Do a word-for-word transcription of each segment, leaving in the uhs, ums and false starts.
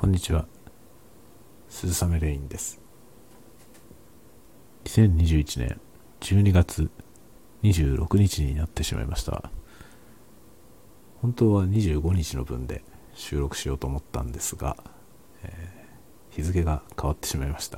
んにちは、鈴雨レインです。にせんにじゅういちねんじゅうにがつにじゅうろくにちになってしまいました。本当はにじゅうごにちの分で収録しようと思ったんですが、えー、日付が変わってしまいました。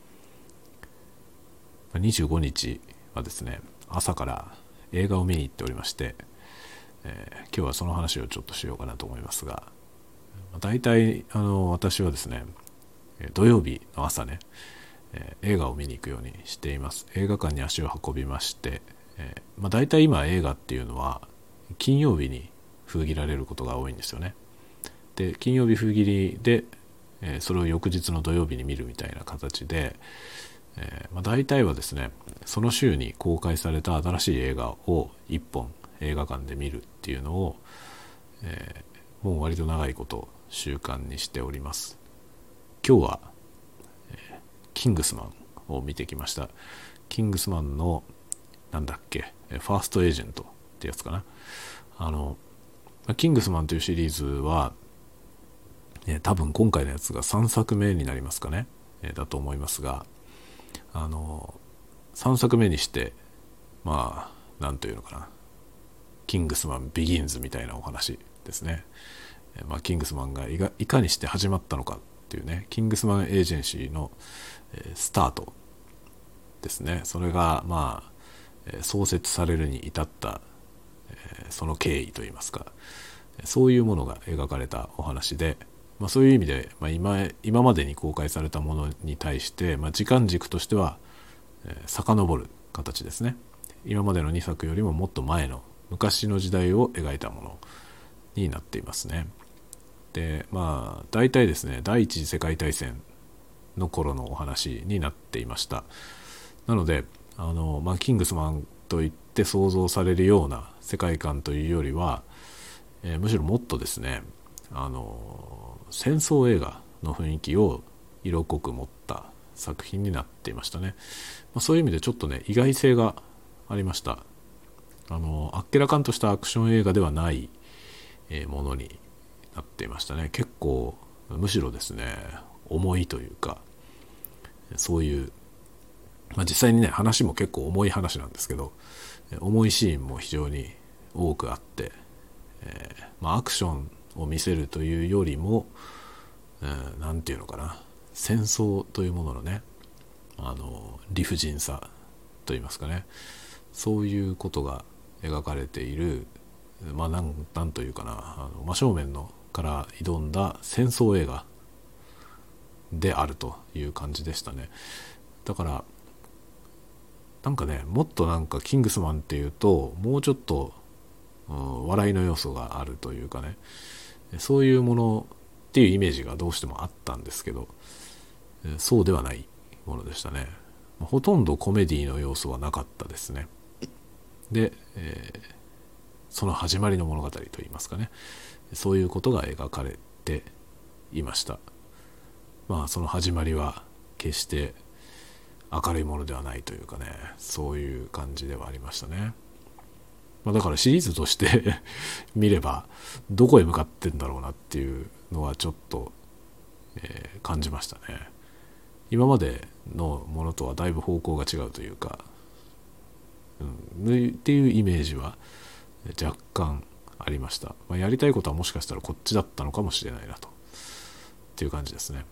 にじゅうごにちはですね、朝から映画を見に行っておりまして、えー、今日はその話をちょっとしようかなと思いますが、大体あの私はですね、土曜日の朝ね、えー、映画を見に行くようにしています。映画館に足を運びまして、えーまあ、大体今映画っていうのは金曜日に封切られることが多いんですよね。で、金曜日封切りで、えー、それを翌日の土曜日に見るみたいな形で、えーまあ、大体はですね、その週に公開された新しい映画をいっぽん映画館で見るっていうのを、えー、もう割と長いこと習慣にしております。今日は、えー、キングスマンを見てきました。キングスマンのなんだっけ、ファーストエージェントってやつかな。あのキングスマンというシリーズは、えー、多分今回のやつがさんさくめになりますかね、えー、だと思いますが、あのさんさくめにして、まあなんというのかな、キングスマンビギンズみたいなお話ですね。えーまあ、キングスマンがいがいかにして始まったのかっていうね、キングスマンエージェンシーの、えー、スタートですね。それがまあ、えー、創設されるに至った、えー、その経緯といいますか、そういうものが描かれたお話で、まあ、そういう意味で、まあ、今, 今までに公開されたものに対して、まあ、時間軸としては、えー、遡る形ですね。今までのにさくよりももっと前の昔の時代を描いたものになっていますね。で、まあ大体ですね、第一次世界大戦の頃のお話になっていました。なのであの、まあ、キングスマンといって想像されるような世界観というよりは、えー、むしろもっとですね、あの戦争映画の雰囲気を色濃く持った作品になっていましたね。まあ、そういう意味でちょっとね、意外性がありました。あのあっけらかんとしたアクション映画ではない、えー、ものになっていましたね。結構むしろですね、重いというか、そういう、まあ、実際にね、話も結構重い話なんですけど、重いシーンも非常に多くあって、えーまあ、アクションを見せるというよりも、えー、なんていうのかな、戦争というもののね、あの理不尽さといいますかね、そういうことが描かれている、まあ、なん、なんというかな、あの真正面のから挑んだ戦争映画であるという感じでしたね。だからなんかね、もっとなんかキングスマンっていうともうちょっと、うん、笑いの要素があるというかね、そういうものっていうイメージがどうしてもあったんですけど、そうではないものでしたね。ほとんどコメディの要素はなかったですね。で、えー、その始まりの物語といいますかね、そういうことが描かれていました。まあその始まりは決して明るいものではないというかね、そういう感じではありましたね。まあ、だからシリーズとして見ればどこへ向かってんだろうなっていうのはちょっと、えー、感じましたね。今までのものとはだいぶ方向が違うというか、うん、っていうイメージは若干ありました。まあ、やりたいことはもしかしたらこっちだったのかもしれないなとっていう感じですね。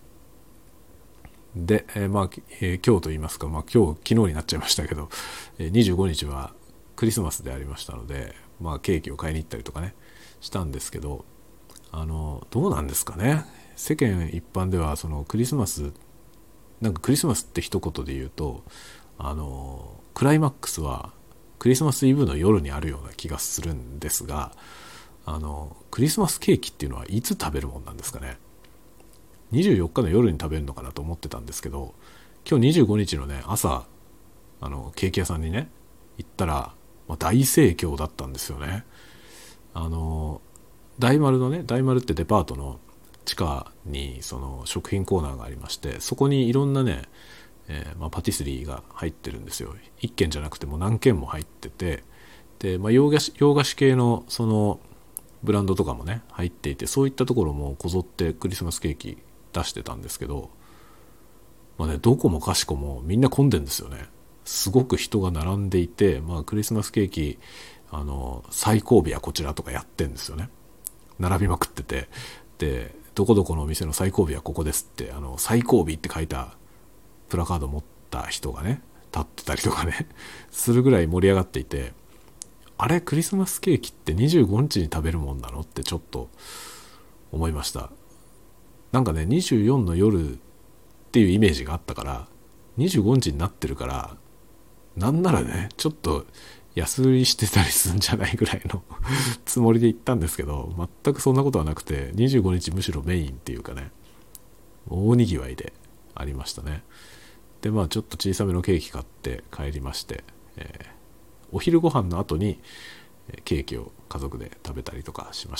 で、えーまあえー、今日と言いますか、まあ、今日昨日になっちゃいましたけど、えー、にじゅうごにちはクリスマスでありましたので、まあ、ケーキを買いに行ったりとかねしたんですけど、あのどうなんですかね、世間一般ではそのクリスマス、なんかクリスマスって一言で言うと、あのクライマックスはクリスマスイブの夜にあるような気がするんですが、あのクリスマスケーキっていうのはいつ食べるもんなんですかね。にじゅうよっかの夜に食べるのかなと思ってたんですけど、今日にじゅうごにちのね朝、あのケーキ屋さんにね行ったら、まあ、大盛況だったんですよね。あの大丸のね、大丸ってデパートの地下にその食品コーナーがありまして、そこにいろんなね、えーまあ、パティスリーが入ってるんですよ。いっけんじゃなくても何軒も入ってて、で、まあ、洋菓子、洋菓子系のそのブランドとかもね入っていて、そういったところもこぞってクリスマスケーキ出してたんですけど、まあね、どこもかしこもみんな混んでんですよね。すごく人が並んでいて、まあ、クリスマスケーキあの最後尾はこちらとかやってんですよね。並びまくってて、でどこどこのお店の最後尾はここですって、あの最後尾って書いたプラカード持った人がね立ってたりとかねするぐらい盛り上がっていて、あれクリスマスケーキってにじゅうごにちに食べるもんなのってちょっと思いました。なんかねにじゅうよっかの夜っていうイメージがあったから、にじゅうごにちになってるから、なんならねちょっと安売りしてたりするんじゃないぐらいのつもりで行ったんですけど、全くそんなことはなくて、にじゅうごにちむしろメインっていうかね、大にぎわいでありましたね。でまあちょっと小さめのケーキ買って帰りまして、えー、お昼ご飯の後にケーキを家族で食べたりとかしました。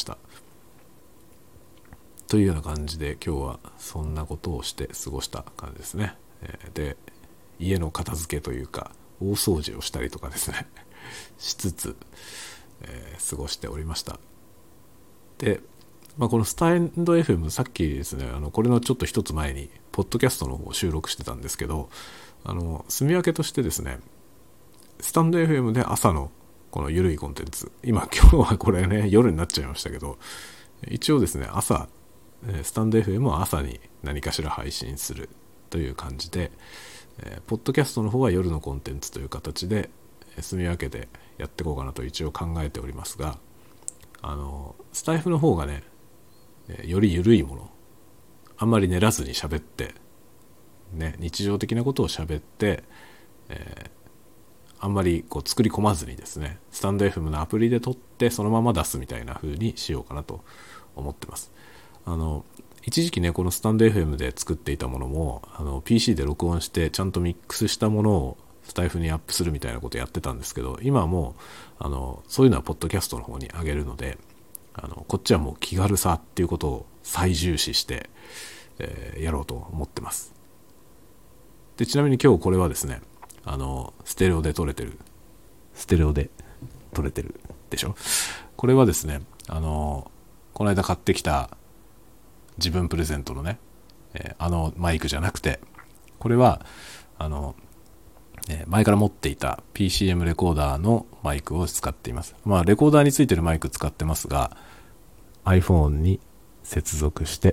というような感じで今日はそんなことをして過ごした感じですね。えー、で家の片付けというか大掃除をしたりとかですねしつつ、えー、過ごしておりました。で、まあ、このスタンド エフエム、さっきですねあのこれのちょっと一つ前にポッドキャストの方を収録してたんですけど、あの住み分けとしてですね、スタンド エフエム で朝のこのゆるいコンテンツ、今今日はこれね夜になっちゃいましたけど、一応ですね朝スタンド エフエム は朝に何かしら配信するという感じで、えー、ポッドキャストの方は夜のコンテンツという形で住み分けでやっていこうかなと一応考えておりますが、あのスタイフの方がねより緩いもの、あんまり練らずに喋って、ね、日常的なことを喋って、えー、あんまりこう作り込まずにですね、スタンド エフエム のアプリで撮ってそのまま出すみたいな風にしようかなと思ってます。あの一時期ねこのスタンド エフエム で作っていたものもあの ピーシー で録音してちゃんとミックスしたものをスタイフにアップするみたいなことやってたんですけど、今はもうあのそういうのはポッドキャストの方に上げるので、あのこっちはもう気軽さっていうことを最重視して、えー、やろうと思ってます。でちなみに今日これはですねあのステレオで撮れてるステレオで撮れてるでしょ。これはですねあのこの間買ってきた自分プレゼントのね、えー、あのマイクじゃなくて、これはあの、えー、前から持っていた ピーシーエム レコーダーのマイクを使っています。まあレコーダーについてるマイク使ってますが、 iPhone に接続して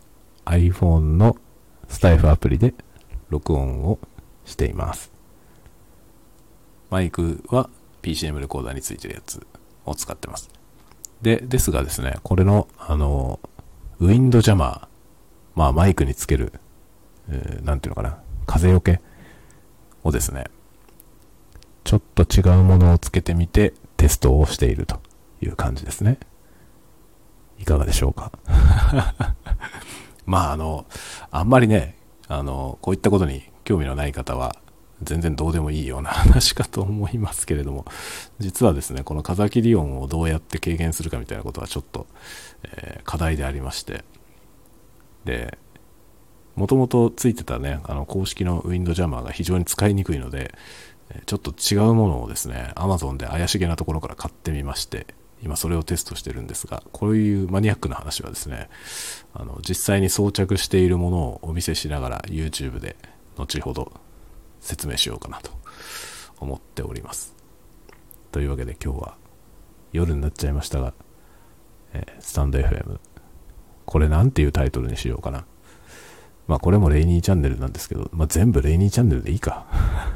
iPhone のスタイフアプリで録音をしています。マイクは ピーシーエム レコーダーについてるやつを使ってます。でですがですね、これのあのウィンドジャマー、まあマイクにつける、えー、なんていうのかな、風よけをですね、ちょっと違うものをつけてみてテストをしているという感じですね。いかがでしょうかまああのあんまりねあのこういったことに興味のない方は全然どうでもいいような話かと思いますけれども、実はですねこの風切り音をどうやって軽減するかみたいなことはちょっと、えー、課題でありまして、でもともとついてたねあの公式のウィンドジャマーが非常に使いにくいので、ちょっと違うものをですね Amazon で怪しげなところから買ってみまして、今それをテストしてるんですが、こういうマニアックな話はですねあの実際に装着しているものをお見せしながら YouTube で後ほど説明しようかなと思っております。というわけで今日は夜になっちゃいましたが、えー、スタンド エフエム これなんていうタイトルにしようかな。まあこれもレイニーチャンネルなんですけど、まあ全部レイニーチャンネルでいいか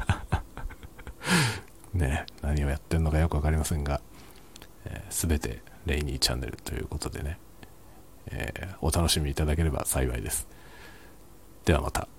ね、何をやってんのかよくわかりませんが、すべ、えー、てレイニーチャンネルということでね、えー、お楽しみいただければ幸いです。ではまた。